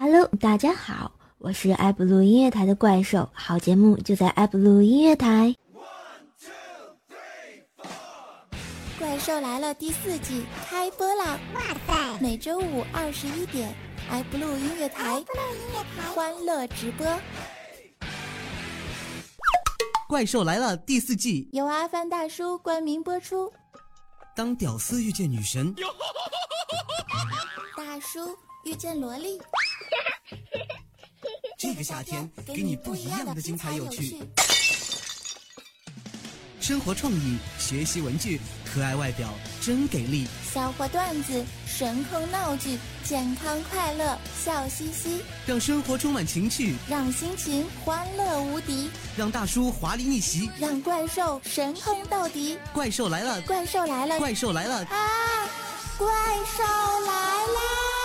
Hello， 大家好，我是爱布鲁音乐台的怪兽，好节目就在爱布鲁音乐台。 怪兽来了第4季开播啦！哇塞，每周五21点，爱布鲁音乐台欢乐直播。 怪兽来了第4季， 由阿凡大叔冠名播出。 当屌丝遇见女神， 大叔遇见萝莉， 这个夏天给你不一样的精彩有趣。生活创意，学习文具，可爱外表真给力。 笑话段子，神坑闹剧，健康快乐，笑嘻嘻， 让生活充满情趣， 让心情欢乐无敌， 让大叔华丽逆袭， 让怪兽神坑到底。 怪兽来了， 怪兽来了， 怪兽来了啊！怪兽来啦！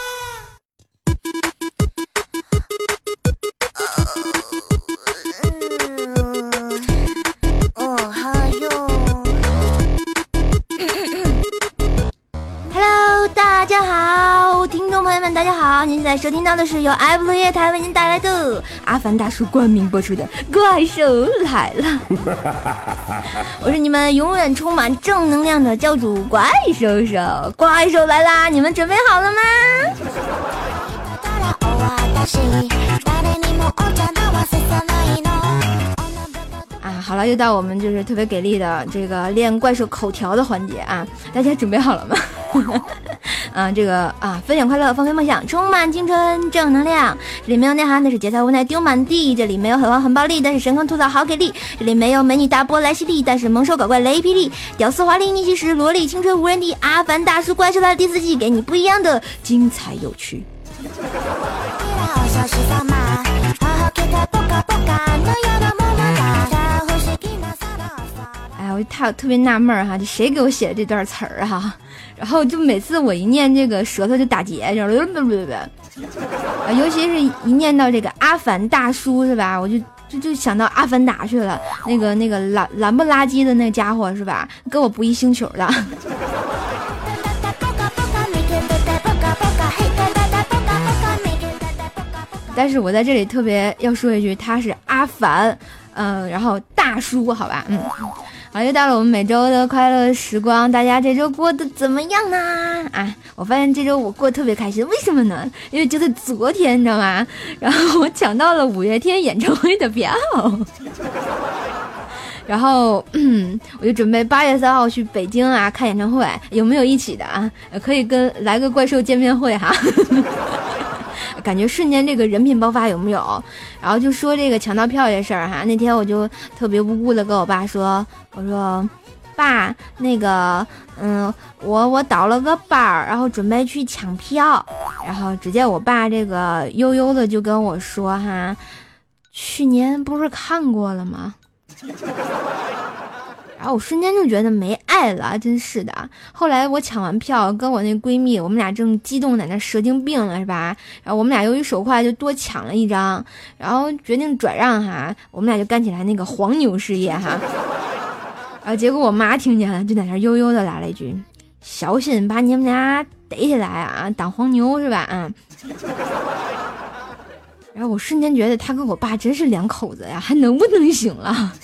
大家好，听众朋友们，大家好！您现在收听到的是由爱布鲁乐台为您带来的阿凡大叔冠名播出的《怪兽来了》。我是你们永远充满正能量的教主怪兽兽，怪兽来啦！你们准备好了吗？好了，又到我们就是特别给力的这个练怪兽口条的环节啊！大家准备好了吗？分享快乐，放飞梦想，充满青春正能量。这里没有内涵，但是节操无奈丢满地；这里没有很黄很暴力，但是神坑吐槽好给力；这里没有美女大波来袭力，但是猛兽搞怪雷霹雳，屌丝华丽逆袭时，萝莉青春无人敌。阿凡大叔怪兽来了第4季，给你不一样的精彩有趣。我特别纳闷哈，这谁给我写的这段词儿哈？然后就每次我一念这个舌头就打结，尤其是一念到这个阿凡大叔是吧？我就想到阿凡达去了，那个蓝不拉几的那家伙是吧？跟我不一星球的。但是我在这里特别要说一句，他是阿凡，然后大叔，好吧，好，又到了我们每周的快乐时光，大家这周过得怎么样呢？我发现这周我过得特别开心，为什么呢？因为就在昨天，你知道吗？然后我抢到了5月天演唱会的票，然后我就准备8月3号去北京看演唱会，有没有一起的可以来个怪兽见面会哈。感觉瞬间这个人品爆发有没有？然后就说这个抢到票这事儿哈，那天我就特别无辜的跟我爸说，我说爸，那个我倒了个班儿，然后准备去抢票，然后只见我爸这个悠悠的就跟我说哈，去年不是看过了吗？然后我瞬间就觉得没爱了，真是的。后来我抢完票，跟我那闺蜜，我们俩正激动在那蛇精病了，是吧？然后我们俩由于手快，就多抢了一张，然后决定转让哈，我们俩就干起来那个黄牛事业哈。结果我妈听见了，就在那悠悠的来了一句：“小心把你们俩逮起来当黄牛是吧？”然后我瞬间觉得他跟我爸真是两口子呀，还能不能行了？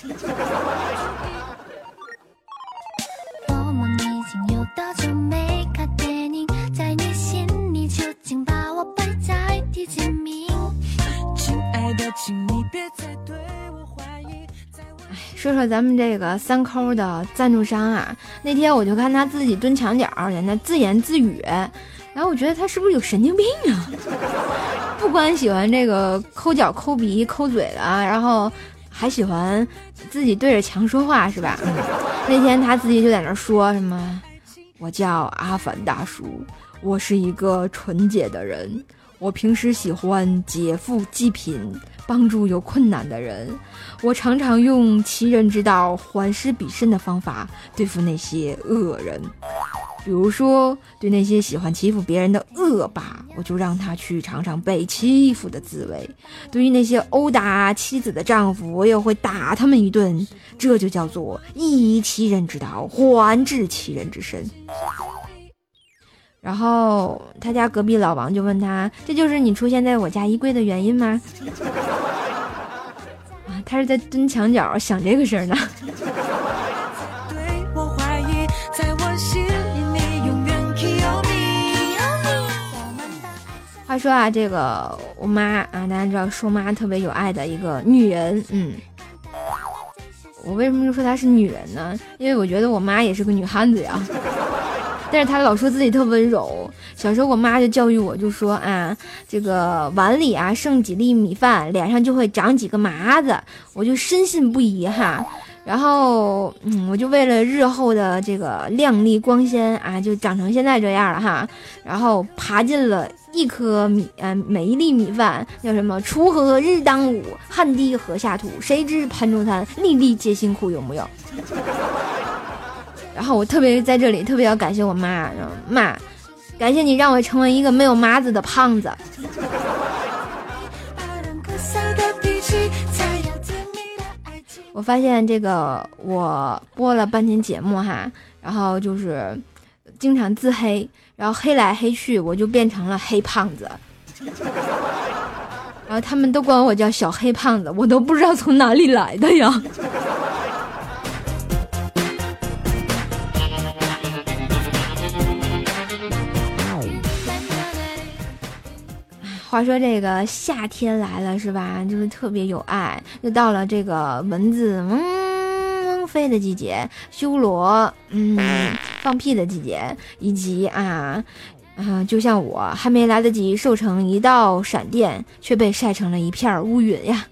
说说咱们这个3扣的赞助商那天我就看他自己蹲墙角在那自言自语，然后我觉得他是不是有神经病不光喜欢这个抠脚抠鼻抠嘴的然后还喜欢自己对着墙说话是吧？那天他自己就在那说什么，我叫阿凡大叔，我是一个纯洁的人，我平时喜欢劫富济贫，帮助有困难的人，我常常用其人之道还施彼身的方法对付那些恶人，比如说对那些喜欢欺负别人的恶霸，我就让他去尝尝被欺负的滋味，对于那些殴打妻子的丈夫，我也会打他们一顿，这就叫做以其人之道还治其人之身。 然后他家隔壁老王就问他，这就是你出现在我家衣柜的原因吗？啊，他是在蹲墙角想这个事儿呢。话说啊，这个我妈啊，大家知道说妈特别有爱的一个女人，我为什么就说她是女人呢？因为我觉得我妈也是个女汉子呀。但是她老说自己特温柔。小时候我妈就教育我，就说啊，这个碗里啊剩几粒米饭，脸上就会长几个麻子，我就深信不疑哈。然后我就为了日后的这个亮丽光鲜啊，就长成现在这样了哈。然后爬进了一颗每一粒米饭叫什么？锄禾日当午，汗滴禾下土，谁知盘中餐，粒粒皆辛苦，有木有？然后我特别在这里特别要感谢我妈，妈，感谢你让我成为一个没有麻子的胖子。我发现这个我播了半天节目哈，然后就是经常自黑，然后黑来黑去，我就变成了黑胖子。然后他们都管我叫小黑胖子，我都不知道从哪里来的呀。话说这个夏天来了是吧，就是特别有爱，就到了这个蚊子飞的季节，修罗放屁的季节，以及就像我还没来得及瘦成一道闪电，却被晒成了一片乌云呀。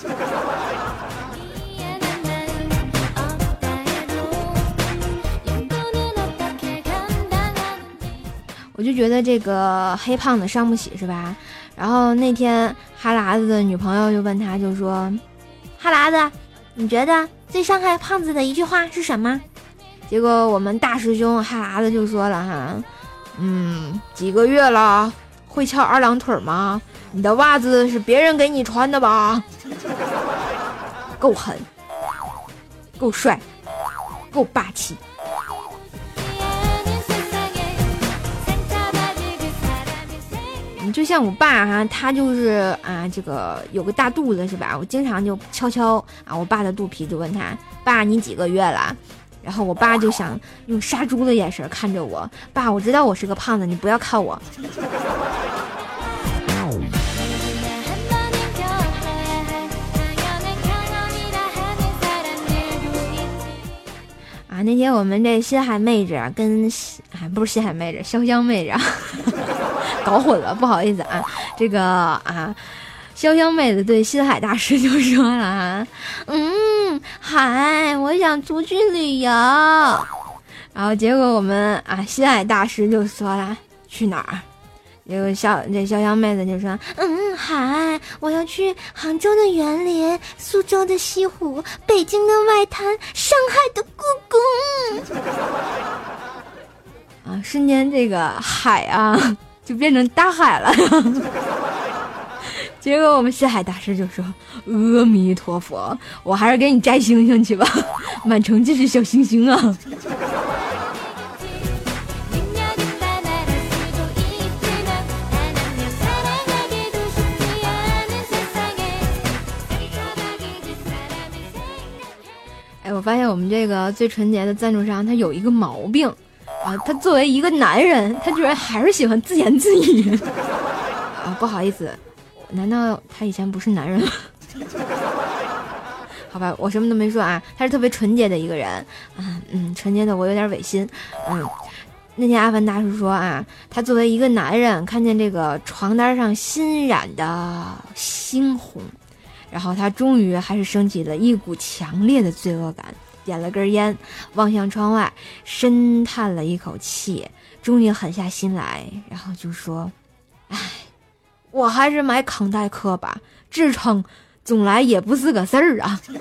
我就觉得这个黑胖子伤不起是吧？然后那天哈喇子的女朋友就问他，就说，哈喇子，你觉得最伤害胖子的一句话是什么？结果我们大师兄哈喇子就说了哈，几个月了，会翘二郎腿吗？你的袜子是别人给你穿的吧？够狠，够帅，够霸气。就像我爸哈，他就是这个有个大肚子是吧？我经常就敲我爸的肚皮，就问他，爸你几个月了？然后我爸就想用杀猪的眼神看着我，爸我知道我是个胖子，你不要看我。那天我们这西海妹子跟不是西海妹子，潇湘妹子搞混了，不好意思啊。这个潇湘妹子对西海大师就说了海，我想出去旅游。然后结果我们西海大师就说了，去哪儿？结果这潇湘妹子就说，海，我要去杭州的园林，苏州的西湖，北京的外滩，上海的故宫。瞬间这个海就变成大海了。结果我们西海大师就说，阿弥陀佛，我还是给你摘星星去吧，满城尽是小星星啊。我发现我们这个最纯洁的赞助商他有一个毛病他作为一个男人，他居然还是喜欢自言自语不好意思，难道他以前不是男人吗？好吧，我什么都没说他是特别纯洁的一个人纯洁的我有点违心那天阿凡大叔说他作为一个男人，看见这个床单上新染的猩红，然后他终于还是升起了一股强烈的罪恶感，点了根烟，望向窗外，深叹了一口气，终于狠下心来，然后就说，我还是买康代克吧，痔疮总来也不是个事儿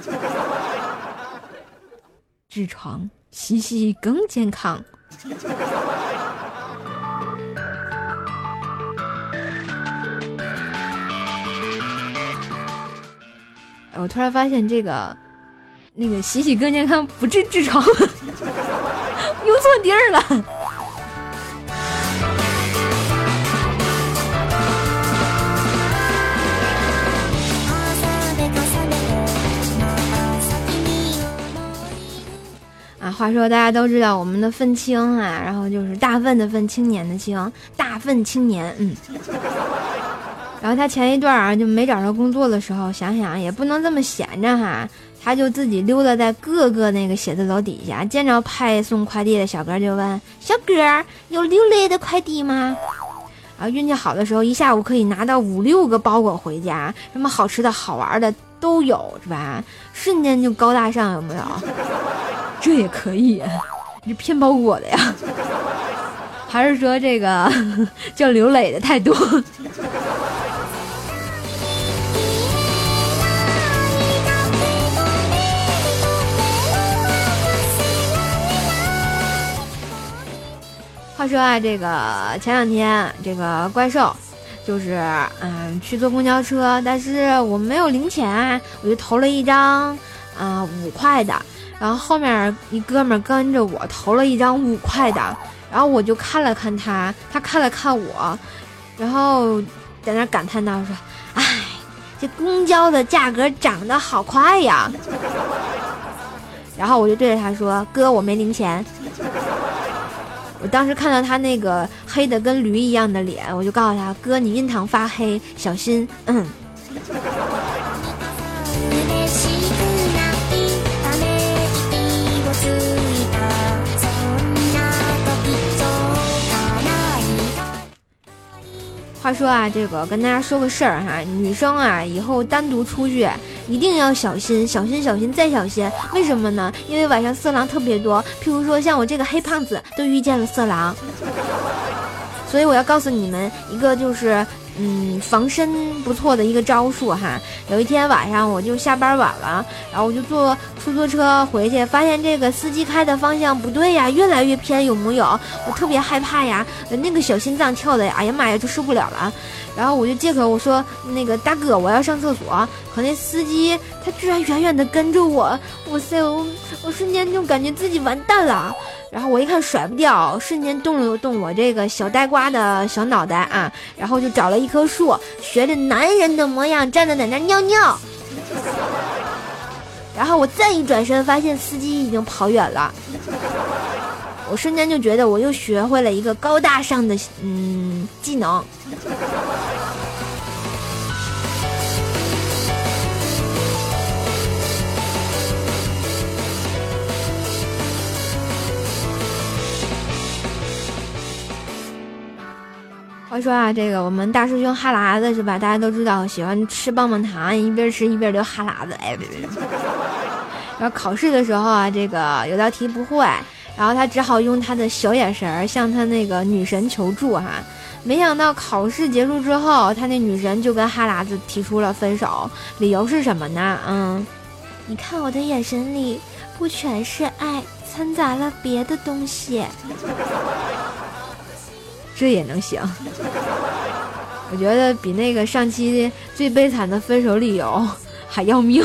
痔疮洗洗更健康。我突然发现那个洗洗更健康不治痔疮，用错地儿了。 话说大家都知道我们的愤青啊，然后就是大愤的愤，青年的青，大愤青年。然后他前一段啊就没找着工作的时候，想想也不能这么闲着哈，他就自己溜达在各个那个写字楼底下，见着派送快递的小哥就问：小哥有6类的快递吗？啊，运气好的时候一下午可以拿到5、6个包裹回家，什么好吃的好玩的都有，是吧？瞬间就高大上，有没有？这也可以，你是骗包裹的呀？还是说这个叫刘磊的太多？话说啊，这个前2天这个怪兽就是去坐公交车，但是我没有零钱，我就投了一张5块的，然后后面一哥们跟着我投了一张5块的，然后我就看了看他看了看我，然后在那感叹道说：哎，这公交的价格涨得好快呀。然后我就对着他说：哥，我没零钱。我当时看到他那个黑的跟驴一样的脸，我就告诉他：哥，你印堂发黑，小心。话说啊，这个跟大家说个事儿哈，女生啊以后单独出去一定要小心，小心小心再小心。为什么呢？因为晚上色狼特别多，譬如说像我这个黑胖子都遇见了色狼。所以我要告诉你们一个就是防身不错的一个招数哈。有一天晚上我就下班晚了，然后我就坐出租车回去，发现这个司机开的方向不对呀，越来越偏，有木有？我特别害怕呀，那个小心脏跳的，哎呀妈呀，就受不了了。然后我就借口我说那个大哥，我要上厕所，可那司机他居然远远的跟着我，哇塞，我瞬间就感觉自己完蛋了。然后我一看甩不掉，瞬间动了动我这个小呆瓜的小脑袋啊，然后就找了一棵树，学着男人的模样站在那尿尿。然后我再一转身，发现司机已经跑远了。我瞬间就觉得我又学会了一个高大上的技能。话说啊，这个我们大师兄哈喇子是吧？大家都知道喜欢吃棒棒糖，一边吃一边流哈喇子。哎，别。然后考试的时候啊，这个有道题不会，然后他只好用他的小眼神向他那个女神求助哈。没想到考试结束之后，他那女神就跟哈喇子提出了分手，理由是什么呢？你看我的眼神里不全是爱，掺杂了别的东西。这也能行？我觉得比那个上期最悲惨的分手理由还要命。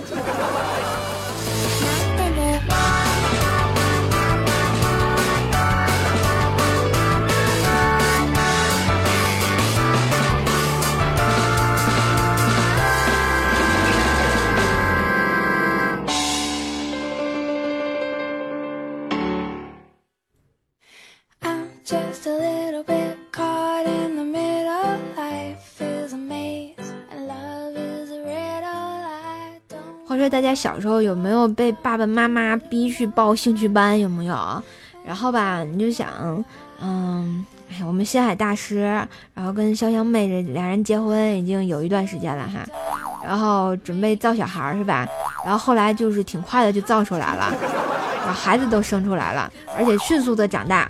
话说大家小时候有没有被爸爸妈妈逼去报兴趣班？有没有？然后吧，你就想，我们星海大师，然后跟潇湘妹这俩人结婚已经有一段时间了哈，然后准备造小孩是吧？然后后来就是挺快的就造出来了，然后孩子都生出来了，而且迅速的长大，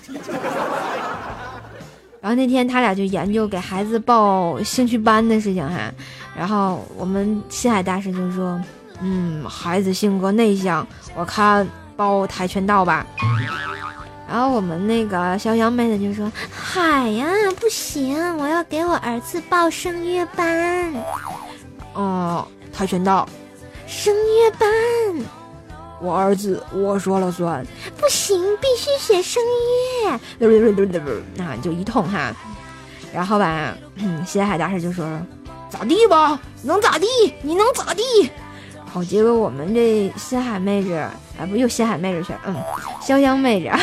然后那天他俩就研究给孩子报兴趣班的事情哈，然后我们星海大师就说，孩子性格内向，我看报跆拳道吧。然后我们那个潇湘妹子就说，嗨呀，不行，我要给我儿子报声乐班。跆拳道，声乐班。我儿子我说了算，不行，必须学声乐。那就一通哈，然后吧，星海大师就说，咋地吧，能咋地？你能咋地？ 结果我们这新海妹子不又新海妹子去潇湘妹子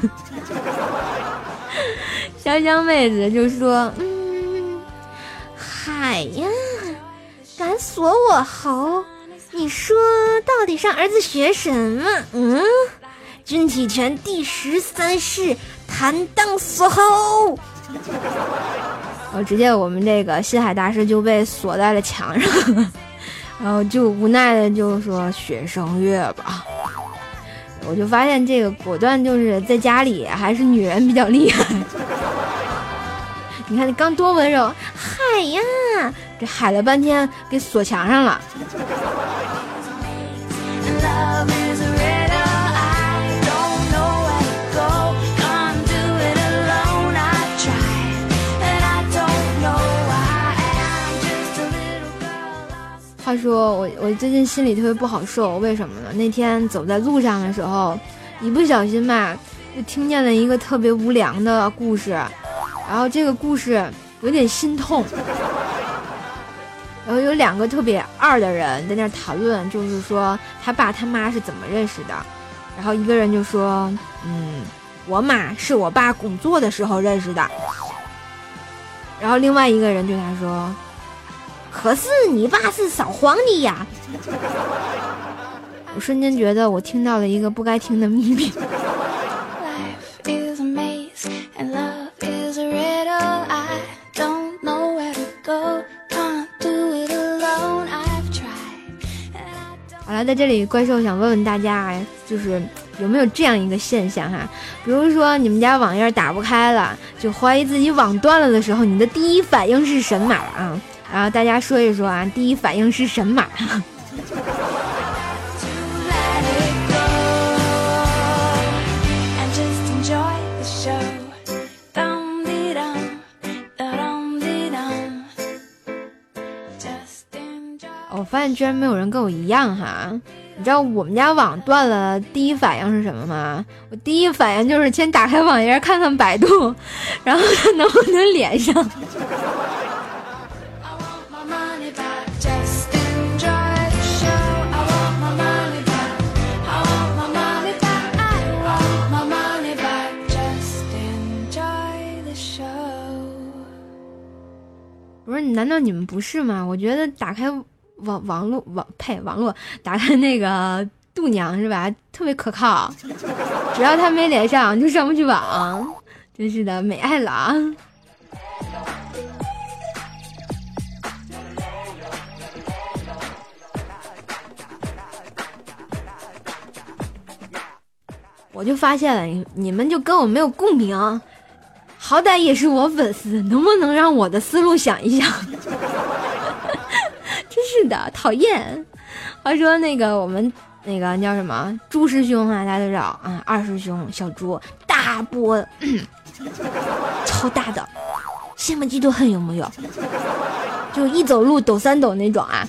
潇湘妹子就说海呀，敢锁我喉，你说到底上儿子学什么？军体拳第13式坦荡锁喉。直接我们这个新海大师就被锁在了墙上，然后就无奈的就说学声乐吧。我就发现这个果断就是在家里还是女人比较厉害。你看你刚多温柔，海呀，这海了半天给锁墙上了。话说我最近心里特别不好受，为什么呢？那天走在路上的时候，一不小心吧，就听见了一个特别无良的故事，然后这个故事有点心痛。然后有2个特别二的人在那谈论，就是说他爸他妈是怎么认识的。然后一个人就说我妈是我爸工作的时候认识的。然后另外一个人对他说，可是你爸是扫黄的呀。我瞬间觉得我听到了一个不该听的秘密。好了，在这里怪兽想问问大家，就是有没有这样一个现象哈？比如说你们家网页打不开了，就怀疑自己网断了的时候，你的第一反应是神马啊？然后大家说一说啊，第一反应是神马。我发现居然没有人跟我一样哈！你知道我们家网断了，第一反应是什么吗？我第一反应就是先打开网页看看百度，然后看能不能连上。不是，难道你们不是吗？我觉得打开网络，打开那个度娘是吧，特别可靠，只要他没连上就上不去网，真是的，美爱了啊！我就发现了，你们就跟我没有共鸣，好歹也是我粉丝，能不能让我的思路想一想？真是的，讨厌。话说那个我们那个叫什么朱师兄啊，大家都知道啊，二师兄小朱大波，超大的，羡慕嫉妒恨有没有？就一走路抖3抖那种啊。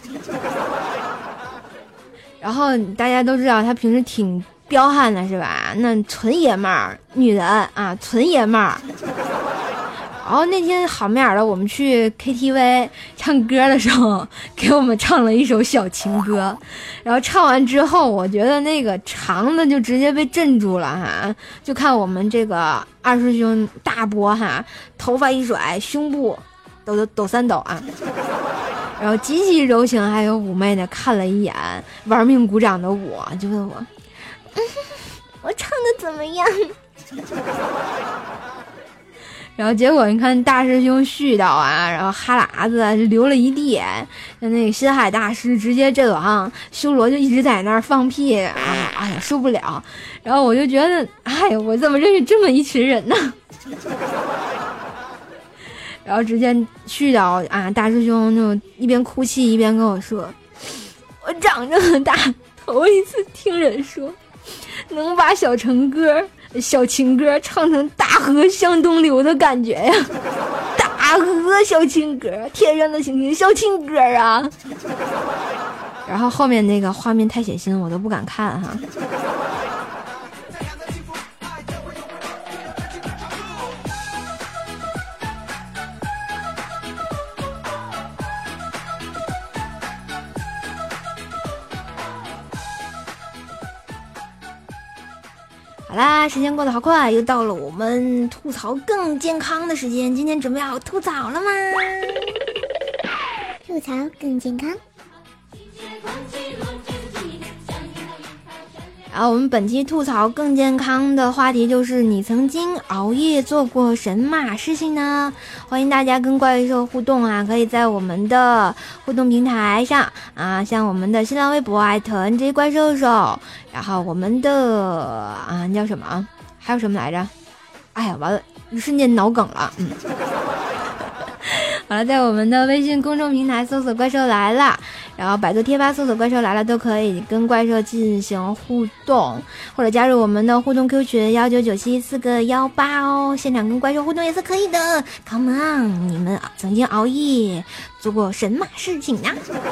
然后大家都知道他平时挺彪悍的是吧？那纯爷们儿，女人啊，纯爷们儿。然后那天好面儿的，我们去 KTV 唱歌的时候，给我们唱了一首小情歌。然后唱完之后，我觉得那个肠子就直接被镇住了哈。就看我们这个二师兄大波哈，头发一甩，胸部抖3抖啊。然后极其柔情还有妩媚的看了一眼玩命鼓掌的我，就问我我唱的怎么样？然后结果你看大师兄絮叨啊，然后哈喇子流了一地，那个新海大师直接这种修罗就一直在那儿放屁啊，哎呀受不了。然后我就觉得，哎，我怎么认识这么一群人呢？然后直接絮叨啊，大师兄就一边哭泣一边跟我说，我长这么大头一次听人说能把小情歌唱成大河向东流的感觉呀。大河小情歌，天上的星星小情歌啊。然后后面那个画面太血腥，我都不敢看哈。 好啦，时间过得好快，又到了我们吐槽更健康的时间。今天准备好吐槽了吗？ 吐槽更健康。 然后我们本期吐槽更健康的话题就是你曾经熬夜做过神马事情呢？欢迎大家跟怪兽互动啊，可以在我们的互动平台上啊，像我们的新浪微博@NJ 怪兽手，然后我们的叫什么？还有什么来着？哎呀，完了，一瞬间脑梗了。好了，在我们的微信公众平台搜索怪兽来了，然后百度贴吧搜索怪兽来了，都可以跟怪兽进行互动，或者加入我们的互动 Q 群1997418哦，现场跟怪兽互动也是可以的。Come on， 你们曾经熬夜做过神马事情呢？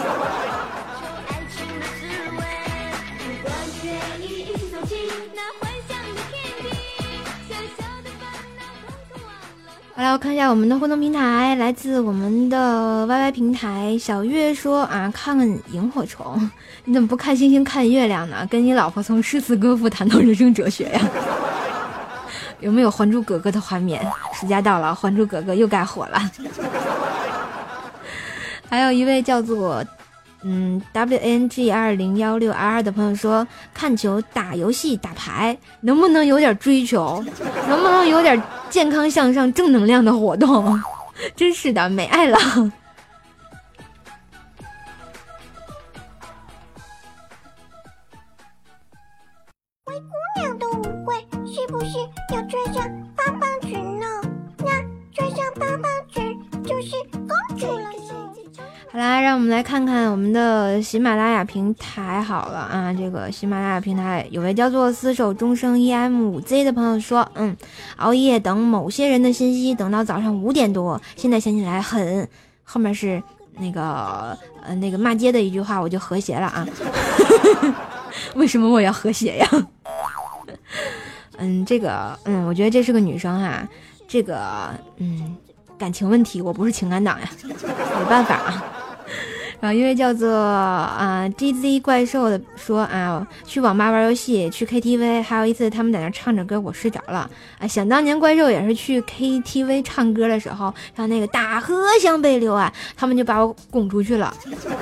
好了，我看一下我们的互动平台，来自我们的 YY 平台。小月说啊，看看萤火虫，你怎么不看星星看月亮呢？跟你老婆从诗词歌赋谈到人生哲学呀？有没有《还珠格格》的画面？暑假到了，《还珠格格》又该火了。还有一位叫做WNG201622的朋友说，看球、打游戏、打牌，能不能有点追求？能不能有点健康向上、正能量的活动？真是的，没爱了。 灰姑娘的舞会是不是要穿上棒棒裙呢？那穿上棒棒裙就是公主了。 好啦，让我们来看看我们的喜马拉雅平台好了啊，这个喜马拉雅平台有位叫做厮守终生 EM5Z 的朋友说，熬夜等某些人的信息，等到早上5点多，现在想起来很，后面是那个骂街的一句话，我就和谐了啊。为什么我要和谐呀？我觉得这是个女生啊，这个感情问题，我不是情感党呀，没办法啊。然后一位叫做GZ 怪兽的说啊，去网吧玩游戏，去 KTV， 还有一次他们在那唱着歌，我睡着了啊。想当年怪兽也是去 KTV 唱歌的时候，像那个大河向北流啊，他们就把我拱出去了，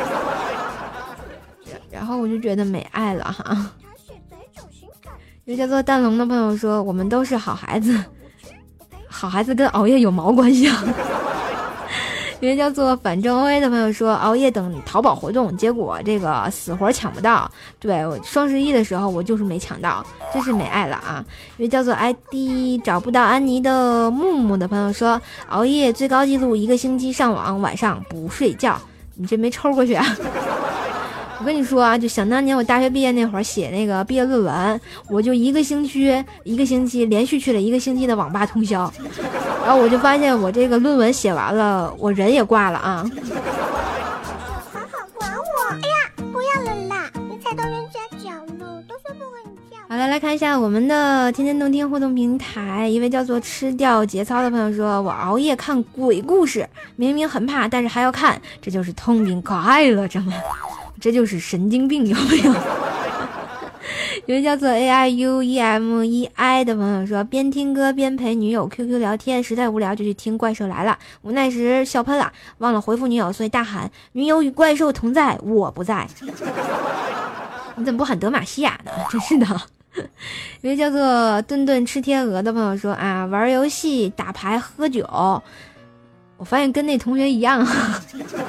然后我就觉得没爱了哈。一位叫做蛋龙的朋友说，我们都是好孩子，好孩子跟熬夜有毛关系啊？一位叫做反正 OA 的朋友说，熬夜等淘宝活动，结果这个死活抢不到。对，我双11的时候我就是没抢到，真是没爱了啊。一位叫做 ID 找不到安妮的木木的朋友说，熬夜最高纪录1个星期上网，晚上不睡觉。你这没抽过去啊？我跟你说啊，就想当年我大学毕业那会儿写那个毕业论文，我就一个星期连续去了1个星期的网吧通宵，然后我就发现我这个论文写完了，我人也挂了啊。 好好管我！哎呀，不要了啦，你踩到人家脚了，都说不跟你跳。 好了，来看一下我们的天天动听互动平台，一位叫做吃掉节操的朋友说，我熬夜看鬼故事，明明很怕，但是还要看，这就是通病快乐着吗？这就是神经病，有没有？有位叫做 AIUEMEI 的朋友说，边听歌边陪女友 QQ 聊天，实在无聊就去听怪兽来了，无奈时笑喷了，忘了回复女友，所以大喊女友与怪兽同在，我不在。你怎么不喊德玛西亚呢？真是的。有位叫做顿顿吃天鹅的朋友说啊，玩游戏、打牌、喝酒，我发现跟那同学一样啊。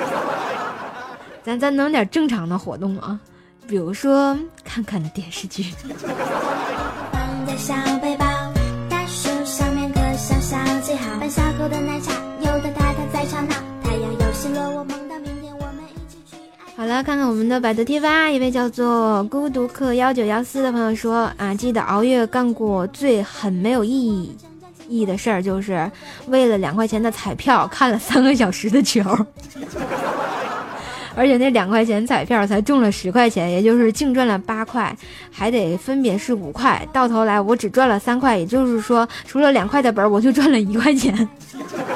咱弄点正常的活动啊，比如说看看电视剧。 放在小背包，大树上面个小小记号，半小口的奶茶，有的太太在吵闹，太阳又升落，我梦到明天我们一起去爱。 好了，看看我们的百度贴吧，一位叫做孤独客1914的朋友说啊，记得熬夜干过最很没有意义的事儿，就是为了2块钱的彩票看了3个小时的球。而且那2块钱彩票才中了10块钱，也就是净赚了8块，还得分别是5块，到头来我只赚了3块，也就是说除了2块的本我就赚了1块钱。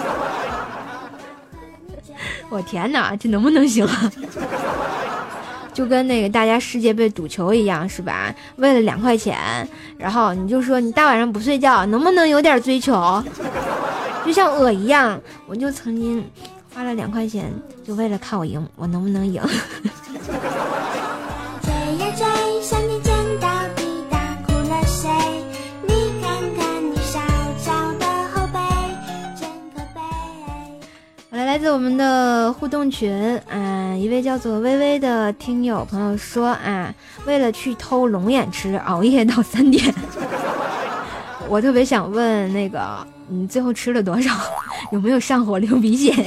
我天哪，这能不能行啊？ 就跟那个大家世界杯赌球一样，是吧？为了2块钱，然后你就说你大晚上不睡觉，能不能有点追求？就像我一样，我就曾经花了2块钱，就为了看我赢，我能不能赢？ 追呀追，想你见到底大哭了谁？你看看你小小的后背，真可悲。 好了，来自我们的互动群一位叫做微微的听友朋友说为了去偷龙眼吃，熬夜到3点。我特别想问那个，你最后吃了多少？有没有上火流鼻血？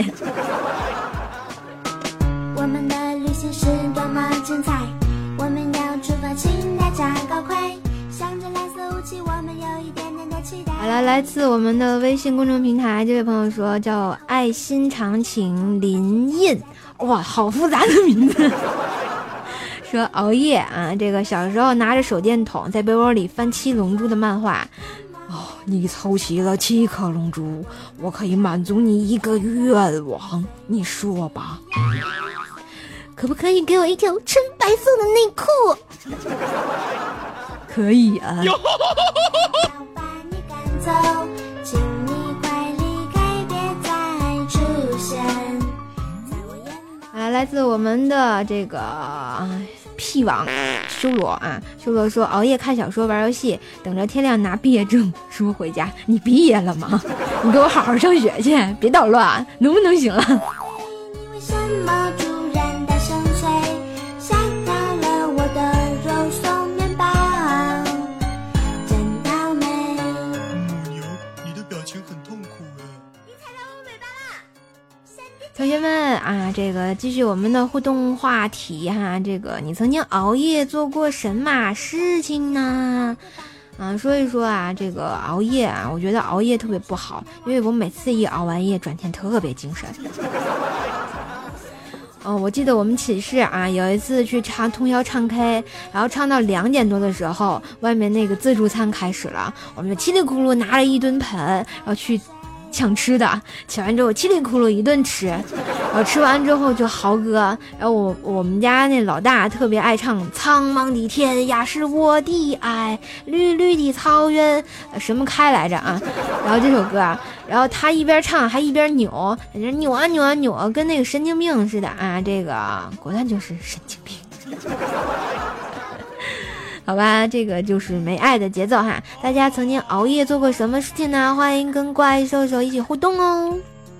我们的旅行是多么精彩，我们要出发，请大家高快，向着蓝色雾气，我们有一点点的期待。 好了，来自我们的微信公众平台，这位朋友说叫爱心长情林印，哇，好复杂的名字。说熬夜这个小时候拿着手电筒在被窝里翻7龙珠的漫画。你凑齐了7颗龙珠，我可以满足你一个愿望，你说吧，可不可以给我一条纯白色的内裤？可以啊。 要把你赶走，请你快离开，别再出现在我眼里。 好了，来自我们的这个屁王修罗修罗说熬夜看小说玩游戏，等着天亮拿毕业证书回家。你毕业了吗？你给我好好上学去，别捣乱，能不能行了？ 你为什么突然大声催，吓到了我的肉松面包，真倒霉。 牛，你的表情很痛苦哎。 同学们这个继续我们的互动话题这个你曾经熬夜做过什么事情呢？说一说这个熬夜我觉得熬夜特别不好，因为我每次一熬完夜转天特别精神。我记得我们寝室有一次去唱通宵唱 K， 然后唱到2点多的时候，外面那个自助餐开始了，我们就稀里咕噜拿了一吨盆，然后去抢吃的，吃完之后稀里咕噜一顿吃，然后吃完之后就嚎歌，然后我们家那老大特别爱唱苍茫的天涯是我的爱，绿绿的草原什么开来着然后这首歌然后他一边唱还一边扭，在那扭啊扭啊扭啊，跟那个神经病似的这个果断就是神经病。好吧，这个就是没爱的节奏大家曾经熬夜做过什么事情呢？欢迎跟怪兽手一起互动哦。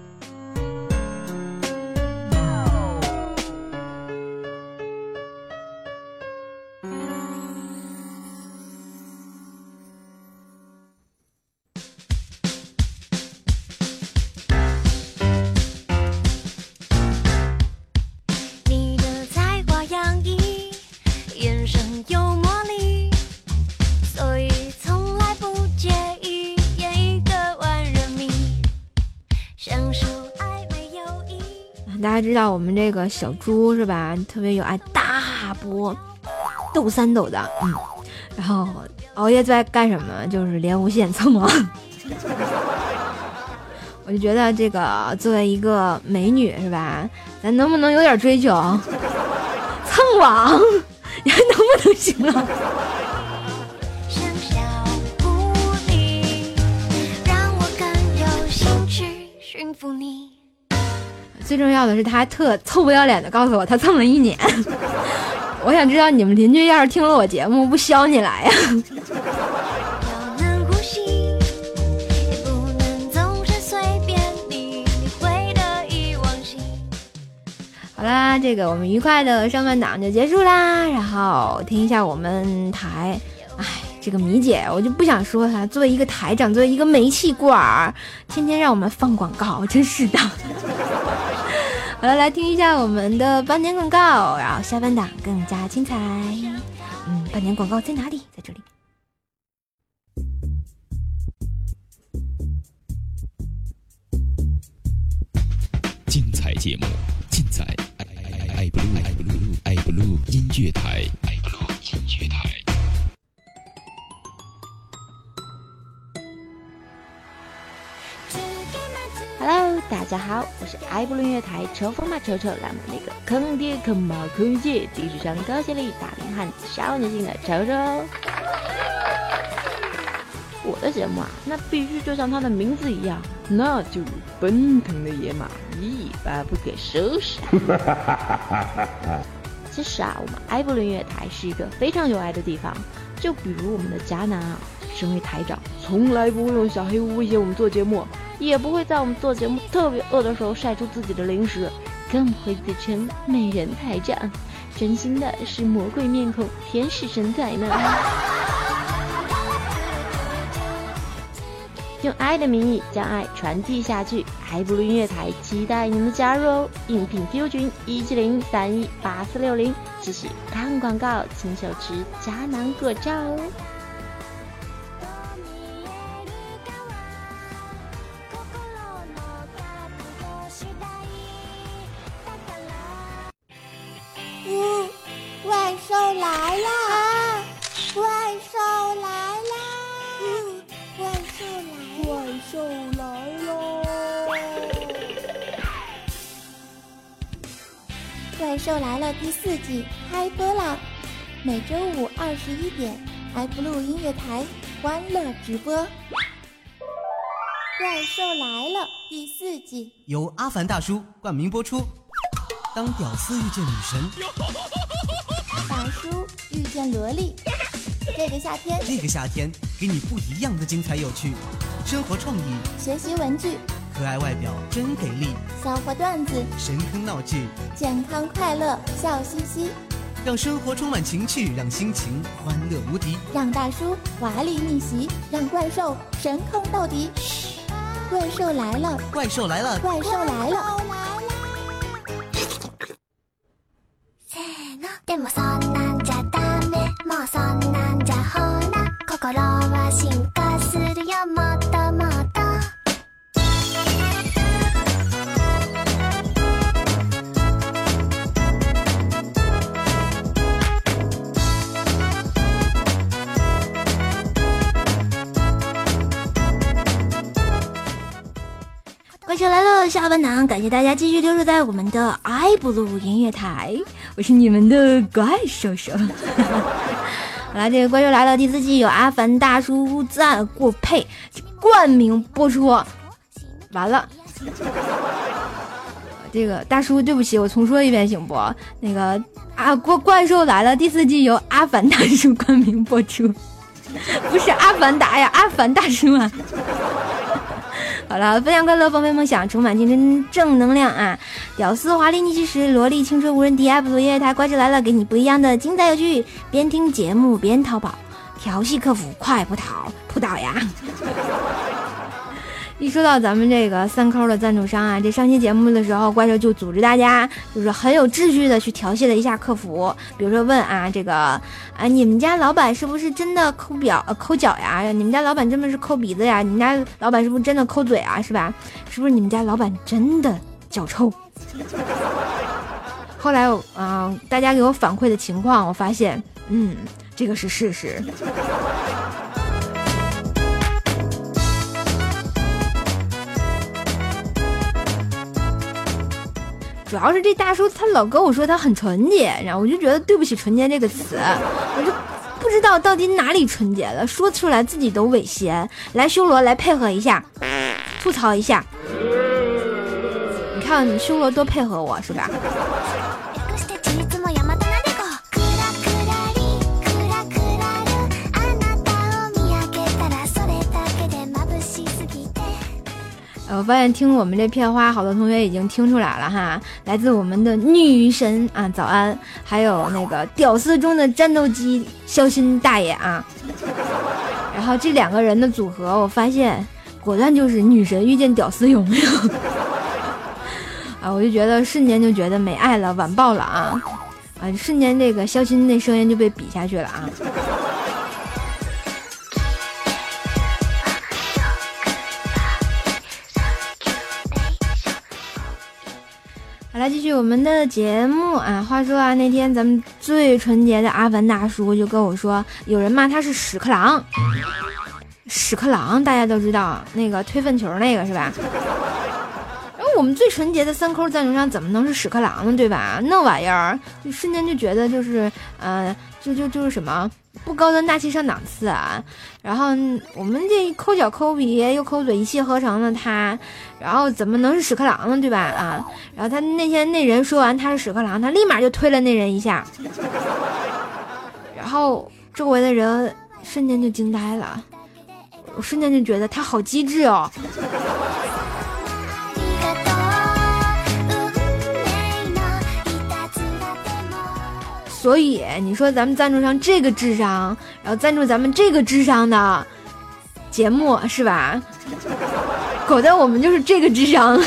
你的才华洋溢，眼神有魔力，所以从来不介意演一个万人迷，享受暧昧友谊。 大家知道我们这个小猪是吧，特别有爱大波斗3斗的然后熬夜最爱干什么？就是连无线蹭网。我就觉得这个作为一个美女是吧，咱能不能有点追求？蹭网你还能不能行了？ 像小狐狸，让我更有兴趣驯服你。 最重要的是他还特臭不要脸的告诉我他蹭了1年。我想知道你们邻居要是听了我节目不削你来呀？ 要能呼吸，也不能总是随便你会得意忘形。 好啦，这个我们愉快的上半档就结束啦，然后听一下我们台，这个米姐我就不想说她，作为一个台长，作为一个煤气罐天天让我们放广告，真是的。好了，来听一下我们的半年广告，然后下半档更加精彩。半年广告在哪里？在这里。 精彩节目尽在爱 blue 音乐台。 Hello， 大家好，我是爱布伦乐台抽风马抽抽栏目那个坑爹坑妈坑姐地址上高学历大龄汉子少女心的抽抽。我的节目啊，那必须就像它的名字一样，那就是奔腾的野马，一发不可收拾。其实啊，我们爱布伦乐台是一个非常有爱的地方。就比如我们的迦南啊，身为台长，从来不会用小黑屋威胁我们做节目，也不会在我们做节目特别饿的时候晒出自己的零食，更不会自称美人台长，真心的是魔鬼面孔，天使身材呢。用爱的名义将爱传递下去，爱布伦乐台期待您的加入哦！应聘 QQ 群170318460，继续看广告，请手持迦南果照哦。 怪兽来啦！怪兽来啦！怪兽来喽！怪兽来了第4季开播啦！每周五21点，iBlue 音乐台欢乐直播。怪兽来了第4季由阿凡大叔冠名播出。当屌丝遇见女神， 大叔遇见萝莉，这个夏天给你不一样的精彩有趣，生活创意， 学习文具， 可爱外表真给力， 骚货段子， 神坑闹剧， 健康快乐笑嘻嘻， 让生活充满情趣，让心情欢乐无敌， 让大叔华丽逆袭，让怪兽神坑到底。怪兽来了！ 怪兽来了！ 怪兽来了！ でもそんなんじゃダメ、もうそんなんじゃほら、心は進化するよ、もっともっと。 怪兽来了，下半场感谢大家继续留守在我们的爱布鲁音乐台，我是你们的怪兽兽。好了，这个怪兽来了第4季有阿凡大叔赞过配冠名播出，完了。这个大叔对不起，我重说一遍行不？那个怪兽来了第4季由阿凡大叔冠名播出，不是阿凡达呀，阿凡大叔啊。好了，分享快乐，放飞梦想，充满青春正能量啊！屌丝华丽逆袭时，萝莉青春无人敌，爱布鲁音乐台怪兽来了，给你不一样的精彩有趣，边听节目边淘宝，调戏客服快不逃，扑倒呀！一说到咱们这个3扣的赞助商啊，这上期节目的时候，怪兽就组织大家就是很有秩序的去调戏了一下客服，比如说问啊，这个你们家老板是不是真的抠脚呀？你们家老板真的是抠鼻子呀？你们家老板是不是真的抠嘴啊？是吧？是不是你们家老板真的脚臭？后来大家给我反馈的情况，我发现，这个是事实。主要是这大叔他老跟我说他很纯洁，然后我就觉得对不起纯洁这个词，我就不知道到底哪里纯洁了，说出来自己都猥亵。来修罗来配合一下，吐槽一下，你看你修罗多配合我是吧？我发现听我们这片花，好多同学已经听出来了哈，来自我们的女神啊，早安，还有那个屌丝中的战斗机肖鑫大爷啊，然后这2个人的组合，我发现果断就是女神遇见屌丝，有没有？啊，我就觉得瞬间就觉得没爱了，晚爆了啊！瞬间这个肖鑫那声音就被比下去了啊！好了，继续我们的节目啊。话说啊，那天咱们最纯洁的阿凡大叔就跟我说，有人骂他是屎壳郎。屎壳郎大家都知道，那个推粪球那个是吧？ 我们最纯洁的三抠赞助商怎么能是屎壳郎呢？对吧？那玩意儿就瞬间就觉得就是就是什么不高端大气上档次啊。然后我们这抠脚抠鼻又抠嘴一气呵成的他，然后怎么能是屎壳郎呢？对吧？啊，然后他那天那人说完他是屎壳郎，他立马就推了那人一下，然后周围的人瞬间就惊呆了，我瞬间就觉得他好机智哦。所以你说咱们赞助上这个智商，然后赞助咱们这个智商的节目是吧？狗蛋我们就是这个智商。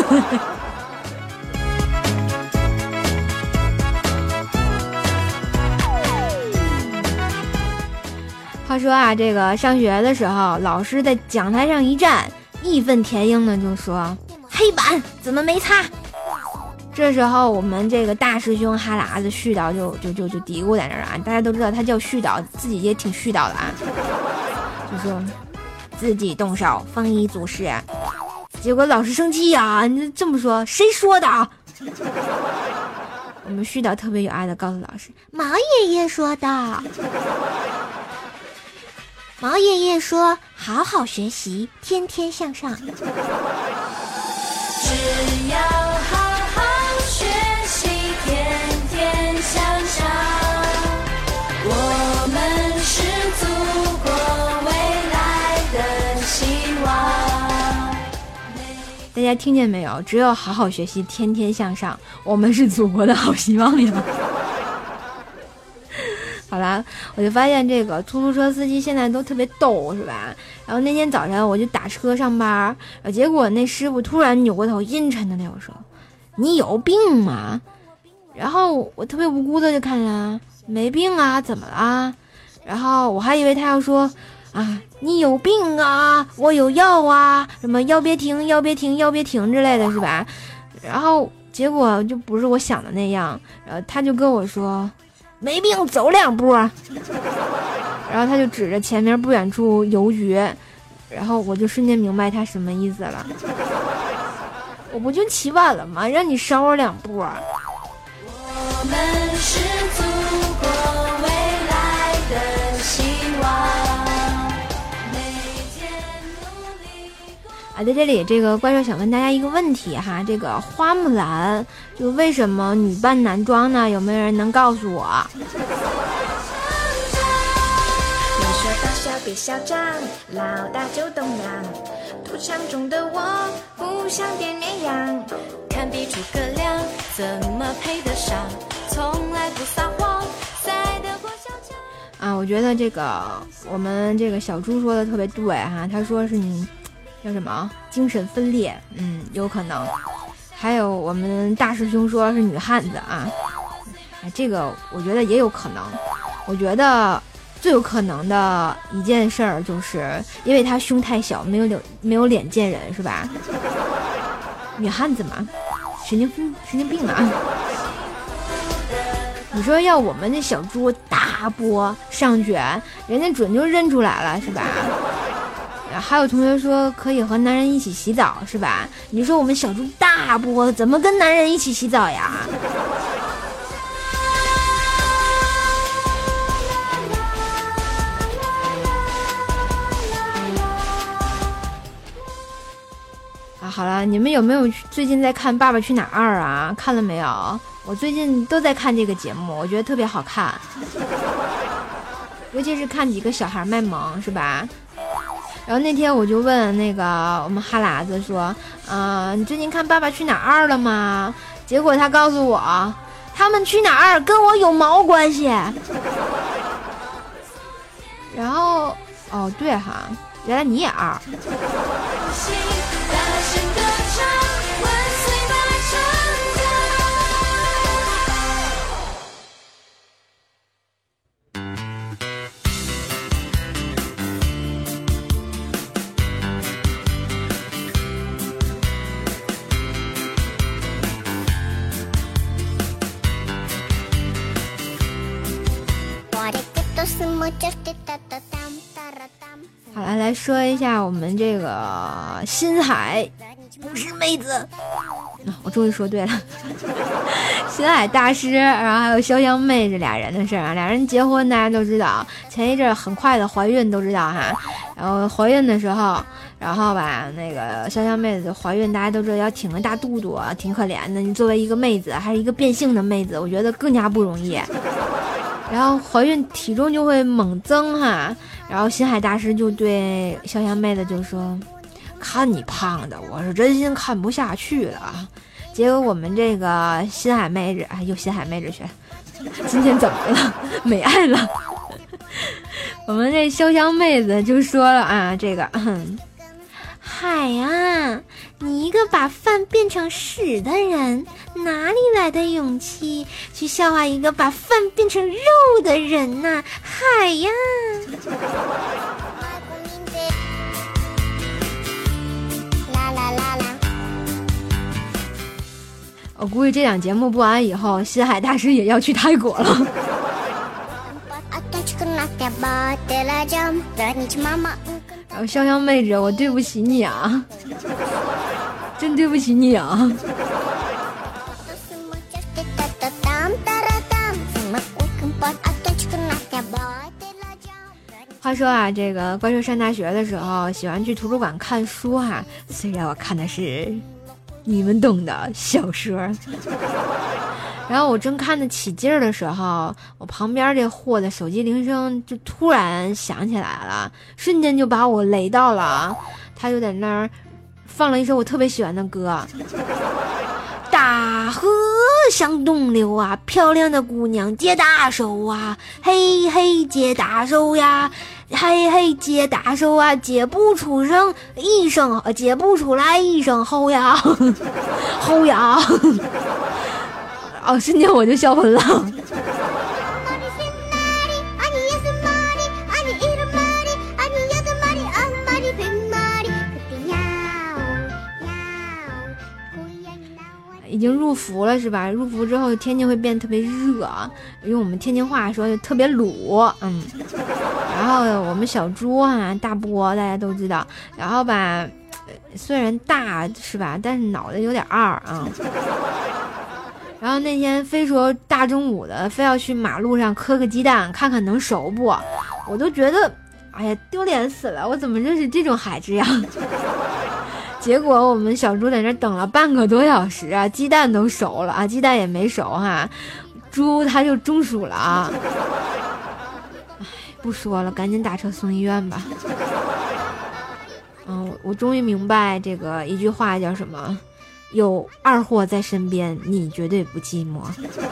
话说啊，这个上学的时候，老师在讲台上一站，义愤填膺的就说：“黑板怎么没擦？”这时候我们这个大师兄哈喇子絮叨就嘀咕在那儿啊，大家都知道他叫絮叨，自己也挺絮叨的啊，就说自己动手丰衣足食。结果老师生气呀，你这么说谁说的？我们絮叨特别有爱的告诉老师，毛爷爷说的。毛爷爷说好好学习，天天向上。 只要好好学习，天天向上，我们是祖国未来的希望。 大家听见没有？只有好好学习，天天向上，我们是祖国的好希望呀。好啦，我就发现这个出租车司机现在都特别逗，是吧？然后那天早上我就打车上班，结果那师傅突然扭过头，阴沉的对我说：“你有病吗？”然后我特别无辜的就看他，没病啊，怎么了？然后我还以为他要说啊，你有病啊，我有药啊，什么药别停，药别停，药别停之类的，是吧？然后结果就不是我想的那样，然后他就跟我说。没病，走2步。然后他就指着前面不远处邮局，然后我就瞬间明白他什么意思了。我不就起晚了吗？让你稍我2步。 我们是祖国未来的希望。 在这里，这个怪兽想问大家一个问题哈，这个花木兰就为什么女扮男装呢？有没有人能告诉我？ 你说大小别嚣张，老大就动荡，土墙中的我不像爹那样， 看比诸葛亮怎么配得上，从来不撒谎，赛得过小强啊！我觉得这个我们这个小猪说的特别对哈，他说是你叫什么精神分裂，有可能。还有我们大师兄说是女汉子啊，这个我觉得也有可能。我觉得最有可能的一件事儿，就是因为他胸太小，没有脸见人，是吧？女汉子嘛，神经病啊！你说要我们这小猪大波上去，人家准就认出来了，是吧？还有同学说可以和男人一起洗澡，是吧？你说我们小猪大波怎么跟男人一起洗澡呀？好了，你们有没有最近在看《爸爸去哪儿2》啊？看了没有？我最近都在看这个节目，我觉得特别好看，尤其是看几个小孩卖萌，是吧？然后那天我就问那个我们哈喇子说，你最近看《爸爸去哪儿2》了吗？结果他告诉我，他们去哪儿跟我有毛关系。然后，哦对哈，原来你也2。好了，来说一下我们这个新海不是妹子。我终于说对了。新海大师，然后还有潇湘妹这俩人的事啊，俩人结婚大家都知道，前一阵很快的怀孕都知道哈。然后怀孕的时候，然后吧，那个潇湘妹子怀孕，大家都知道要挺个大肚肚，挺可怜的。你作为一个妹子，还是一个变性的妹子，我觉得更加不容易。然后怀孕体重就会猛增哈。然后新海大师就对潇湘妹子就说：“看你胖的，我是真心看不下去了。”结果我们这个新海妹子，又新海妹子去，今天怎么了？美爱了。我们这潇湘妹子就说了啊，这个，海啊，你一个把饭变成屎的人，哪里来的勇气去笑话一个把饭变成肉的人呢？海呀！我估计这档节目播完以后，新海大师也要去泰国了。然后潇湘妹子，我对不起你啊，真对不起你啊。话说啊，这个怪兽上大学的时候喜欢去图书馆看书哈，虽然我看的是你们懂的小说。然后我正看得起劲儿的时候，我旁边这货的手机铃声就突然响起来了，瞬间就把我雷到了。他就在那儿放了一首我特别喜欢的歌，大河向东流啊，漂亮的姑娘接大手啊，嘿嘿接大手呀，嘿嘿接大手啊，接不出声一声，接不出来一声吼呀吼呀。瞬间我就笑喷了。已经入伏了是吧？入伏之后天气会变得特别热，用我们天津话说就特别卤。然后我们小猪啊，大波大家都知道，然后吧虽然大是吧，但是脑袋有点二啊。然后那天非说大中午的非要去马路上磕个鸡蛋看看能熟不，我都觉得哎呀丢脸死了，我怎么认识这种孩子呀。结果我们小猪在那等了半个多小时啊，鸡蛋都熟了啊，鸡蛋也没熟哈，猪它就中暑了啊。不说了，赶紧打车送医院吧。我终于明白这个一句话叫什么，有二货在身边，你绝对不寂寞。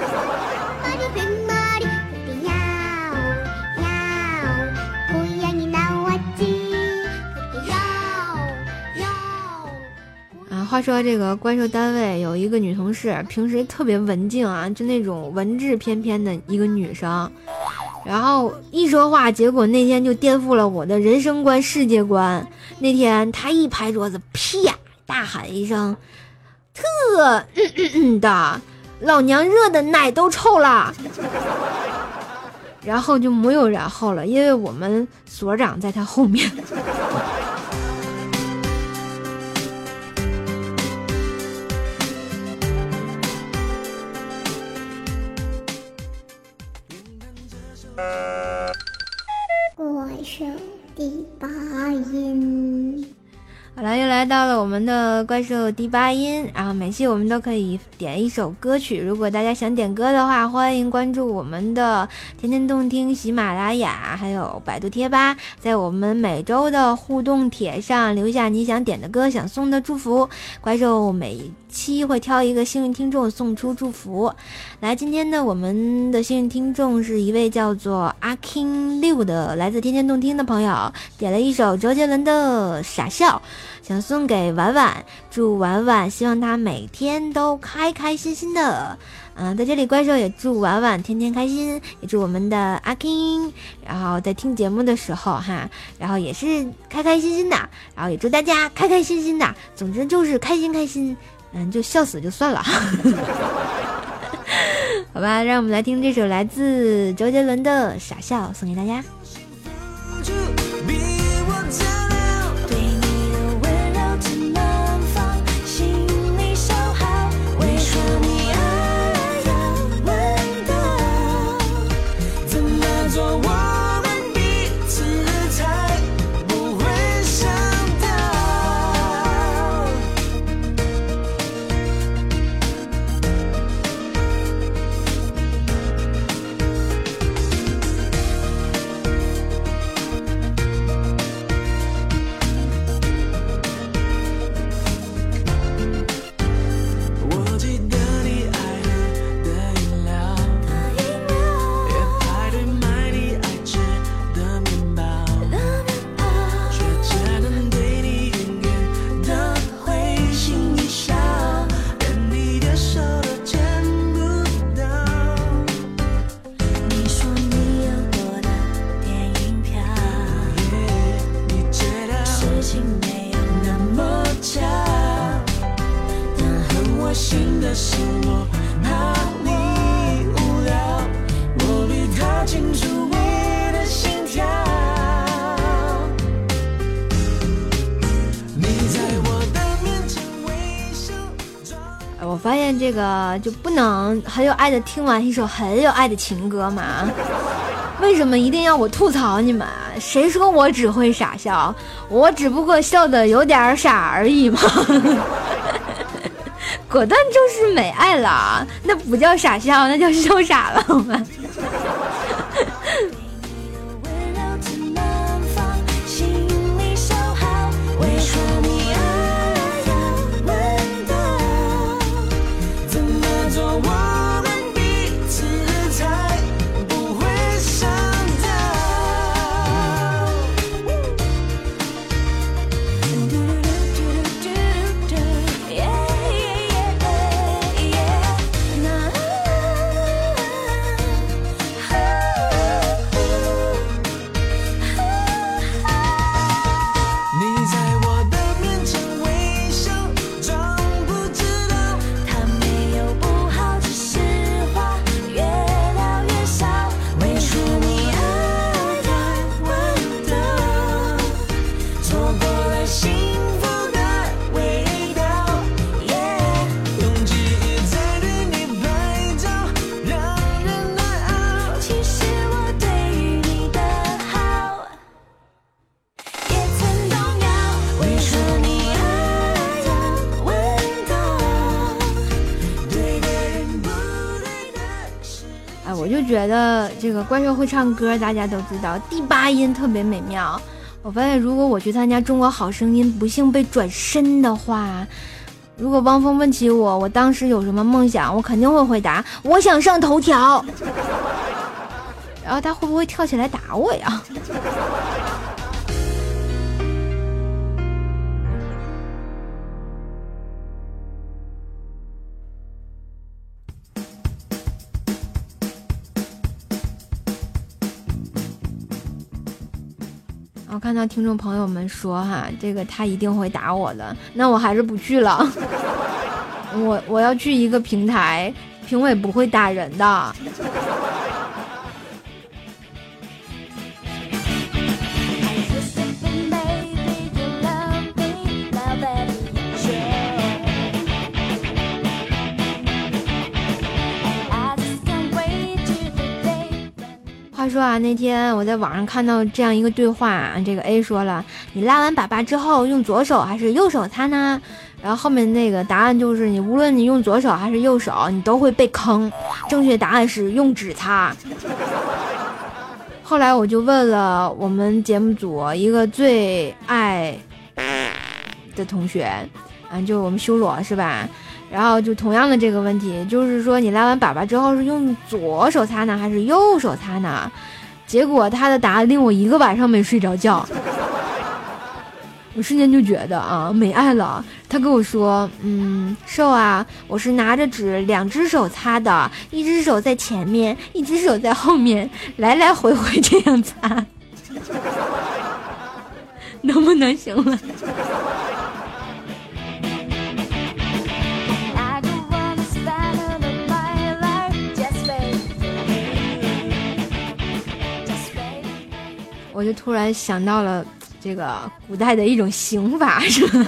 话说这个怪兽单位有一个女同事，平时特别文静啊，就那种文质翩翩的一个女生，然后一说话，结果那天就颠覆了我的人生观世界观。那天她一拍桌子，啪大喊一声，特的老娘热的奶都臭了。然后就没有然后了，因为我们所长在她后面。 怪兽第八音。 好了，又来到了我们的怪兽第八音，然后每期我们都可以点一首歌曲，如果大家想点歌的话，欢迎关注我们的天天动听、喜马拉雅还有百度贴吧，在我们每周的互动帖上留下你想点的歌、想送的祝福，怪兽每期会挑一个幸运听众送出祝福。来，今天呢我们的幸运听众是一位叫做阿 king 6的来自天天动听的朋友，点了一首周杰伦的傻笑，想送给婉婉，祝婉婉希望她每天都开开心心的。在这里怪兽也祝婉婉天天开心，也祝我们的阿 king 然后在听节目的时候哈，然后也是开开心心的，然后也祝大家开开心心的，总之就是开心开心，就笑死就算了。好吧，让我们来听这首来自周杰伦的傻笑，送给大家。 对你的温柔只能放这个就不能很有爱的听完一首很有爱的情歌吗？为什么一定要我吐槽你们？谁说我只会傻笑？我只不过笑的有点傻而已嘛。果断就是美爱了，那不叫傻笑，那叫笑傻了，好吗？我就觉得这个怪兽会唱歌，大家都知道第8音特别美妙。我发现如果我去参加中国好声音，不幸被转身的话，如果汪峰问起我当时有什么梦想，我肯定会回答我想上头条。然后他会不会跳起来打我呀？我看到听众朋友们说哈，这个他一定会打我的，那我还是不去了。我要去一个平台，评委不会打人的。话说啊，那天我在网上看到这样一个对话，这个 A 说了，你拉完粑粑之后用左手还是右手擦呢？然后后面那个答案就是你无论你用左手还是右手，你都会被坑。正确答案是用纸擦。后来我就问了我们节目组一个最爱的同学，就我们修罗是吧？然后就同样的这个问题，就是说你拉完粑粑之后是用左手擦呢还是右手擦呢？结果他的答案令我一个晚上没睡着觉。我瞬间就觉得啊，没爱了。他跟我说，瘦啊，我是拿着纸2只手擦的，一只手在前面，一只手在后面，来来回回这样擦。能不能行了？我就突然想到了这个古代的一种刑法，是吧？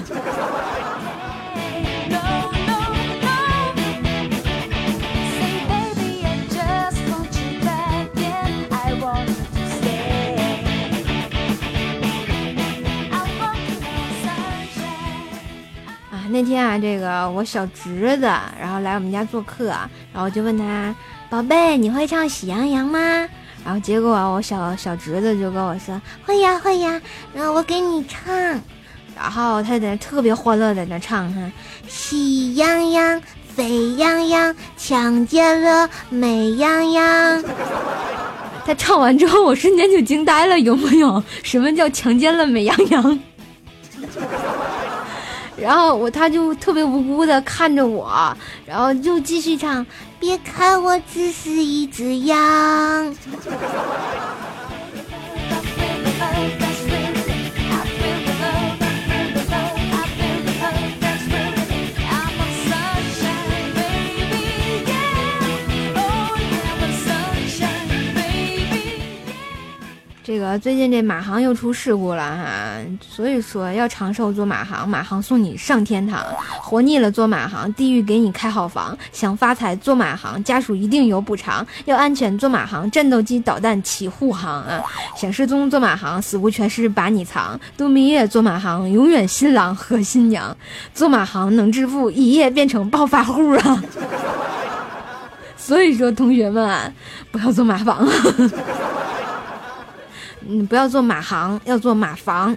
那天啊，这个我小侄子然后来我们家做客，然后就问他，宝贝，你会唱喜羊羊吗？然后结果我小侄子就跟我说，会呀会呀，然后我给你唱。然后他在那特别欢乐在那唱哈，喜羊羊沸羊羊强奸了美羊羊。他唱完之后我瞬间就惊呆了，有没有？什么叫强奸了美羊羊？然后他就特别无辜的看着我，然后就继续唱，别看我只是一只羊。 这个最近这马航又出事故了哈，所以说要长寿坐马航，马航送你上天堂；活腻了坐马航，地狱给你开好房；想发财坐马航，家属一定有补偿；要安全坐马航，战斗机导弹起护航啊！想失踪坐马航，死无全尸把你藏；度蜜月坐马航，永远新郎和新娘；坐马航能致富，一夜变成暴发户啊！所以说同学们啊，不要坐马房不要做马航，要做马房。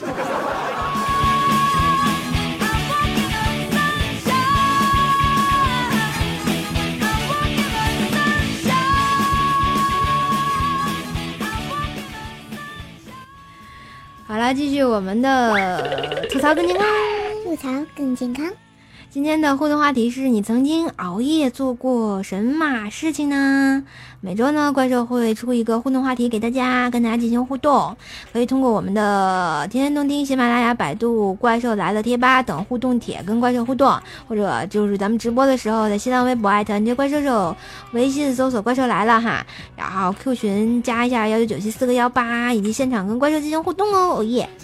好了，继续我们的吐槽更健康， 吐槽更健康。 今天的互动话题是你曾经熬夜做过什么事情呢？每周呢，怪兽会出一个互动话题给大家，跟大家进行互动，可以通过我们的天天动听、喜马拉雅、百度、怪兽来了贴吧等互动帖跟怪兽互动，或者就是咱们直播的时候在新浪微博@怪兽手，微信搜索怪兽来了哈，然后 Q 群加一下19974个18，以及现场跟怪兽进行互动哦，哦耶！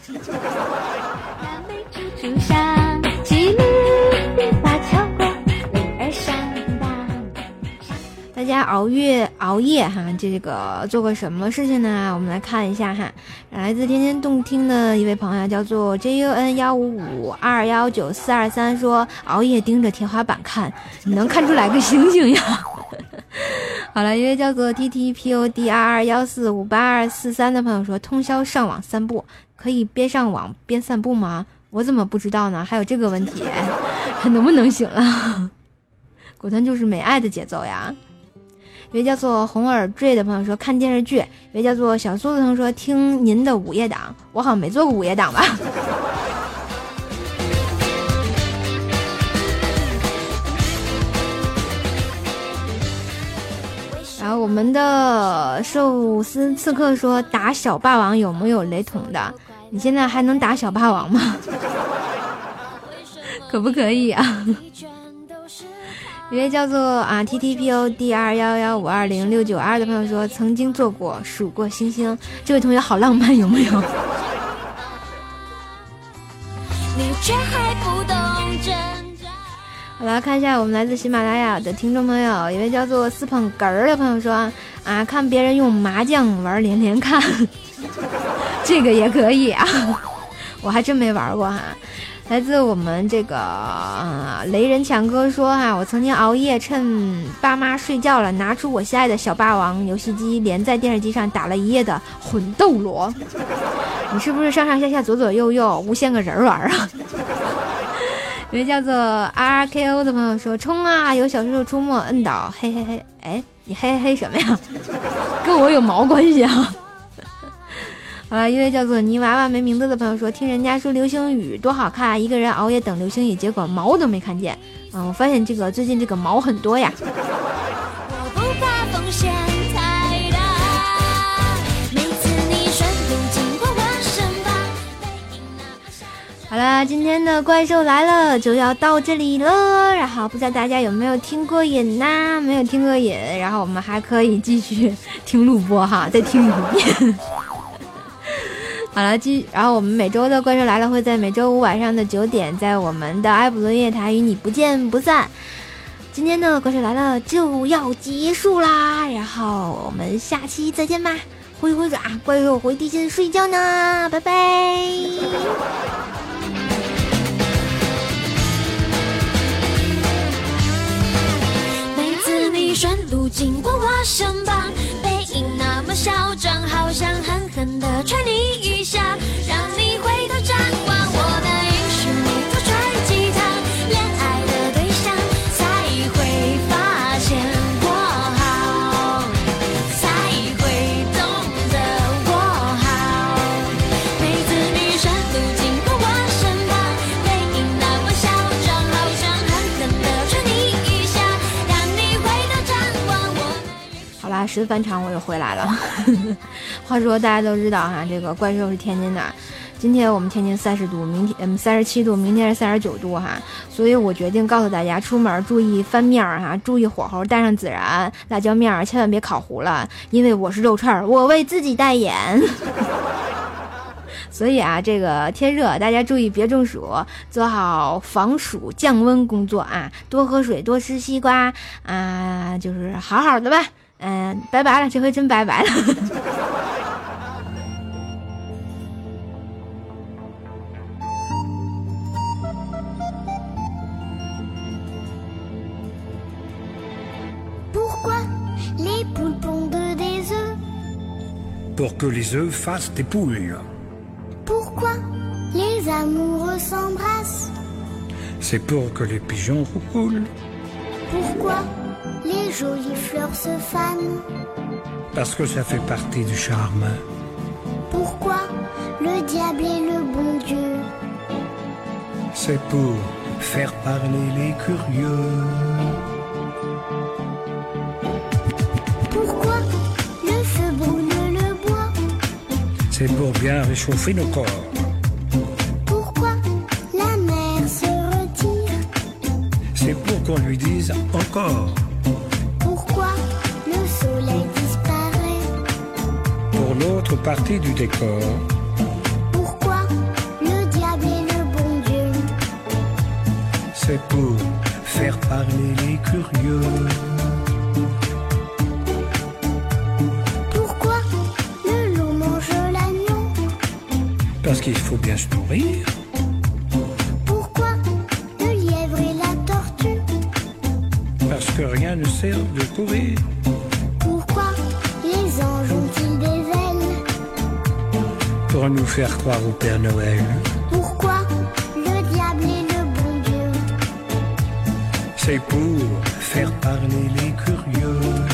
大家熬夜哈，这个做过什么事情呢？我们来看一下哈。来自天天动听的一位朋友叫做 JUN1552194423 说，熬夜盯着天花板看，你能看出来个星星呀？好了，一位叫做 TTPODRR1458243 的朋友说，通宵上网散步，可以边上网边散步吗？我怎么不知道呢？还有这个问题，能不能行了？果断就是没爱的节奏呀。一位叫做红耳坠的朋友说看电视剧，一位叫做小苏的朋友说听您的午夜档，我好像没做过午夜档吧。然后我们的寿司刺客说打小霸王有没有雷同的？你现在还能打小霸王吗？可不可以啊？一位叫做TTPODR115206922的朋友说曾经做过数过星星，这位同学好浪漫，有没有？你却还不懂挣扎。好了，看一下我们来自喜马拉雅的听众朋友，一位叫做私捧哏儿的朋友说看别人用麻将玩连连看，这个也可以啊，我还真没玩过哈。来自我们这个雷人强哥说我曾经熬夜趁爸妈睡觉了，拿出我心爱的小霸王游戏机，连在电视机上打了一夜的魂斗罗。你是不是上上下下左左右右无限个人玩啊？有位叫做 RKO 的朋友说冲啊，有小叔叔出没摁倒，嘿嘿嘿。哎，你嘿嘿嘿什么呀？跟我有毛关系啊？好了，一位叫做泥娃娃没名字的朋友说听人家说流星雨多好看，一个人熬夜等流星雨，结果毛都没看见。我发现最近这个毛很多呀。我不怕风险太大，每次你顺路经过我身旁。好了，今天的怪兽来了就要到这里了，然后不知道大家有没有听过瘾呢？没有听过瘾，然后我们还可以继续听录播哈，再听一遍。好了，然后我们每周的怪兽来了会在每周五晚上的9点，在我们的埃普伦乐台与你不见不散。今天的怪兽来了就要结束啦，然后我们下期再见吧，挥挥爪，怪兽回地心睡觉呢，拜拜。每次你顺路经过我身旁，背影那么嚣张，好想狠狠地踹你一下，让你回头张望。我能允许你多吹几趟，恋爱的对象才会发现我好，才会懂得我好。每次你顺路经过我身旁，背影那么嚣张，好想狠狠地踹你一下，让你回头张望。好啦，10番场我又回来了。话说大家都知道哈，这个怪兽是天津的， 今天我们天津30度，明天37度，明天是39度哈，所以我决定告诉大家，出门注意翻面哈，注意火候，带上孜然、辣椒面，千万别烤糊了，因为我是肉串，我为自己代言。所以啊，这个天热，大家注意别中暑，做好防暑降温工作啊，多喝水，多吃西瓜啊，就是好好的吧。拜拜了，这回真拜拜了。 Pourquoi les poules pondent des œufs? Pour que les œufs fassent des poules. Pourquoi les amoureux s'embrassent? C'est pour que les pigeons roulent. Pourquoi les jolies fleurs se fanent? Parce que ça fait partie du charme. Pourquoi le diable est le bon Dieu? C'est pour faire parler les curieux. Pourquoi le feu brûle le bois? C'est pour bien réchauffer nos corps. Pourquoi la mer se retire? C'est pour qu'on lui dise encore. Pourquoi le soleil disparaît? Pour l'autre partie du décor. Pourquoi le diable est le bon Dieu? C'est pour faire parler les curieux. Pourquoi le loup mange l'agneau? Parce qu'il faut bien se nourrir. Pourquoi le lièvre et la tortue? Parce que rien ne sert de courir. Pourquoi les anges ont-ils des ailes? Pour nous faire croire au Père Noël. Pourquoi le diable est le bon Dieu? C'est pour faire parler les curieux.